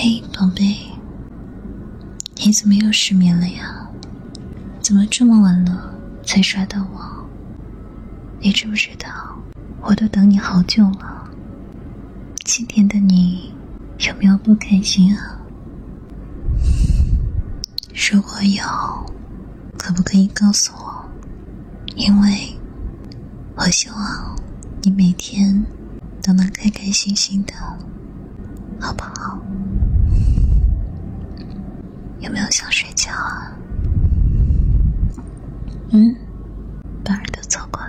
喂，宝贝，你怎么又失眠了呀？怎么这么晚了才刷到我？你知不知道我都等你好久了？今天的你有没有不开心啊？如果有，可不可以告诉我？因为我希望你每天都能开开心心的，好不好？有没有想睡觉啊？把耳朵凑过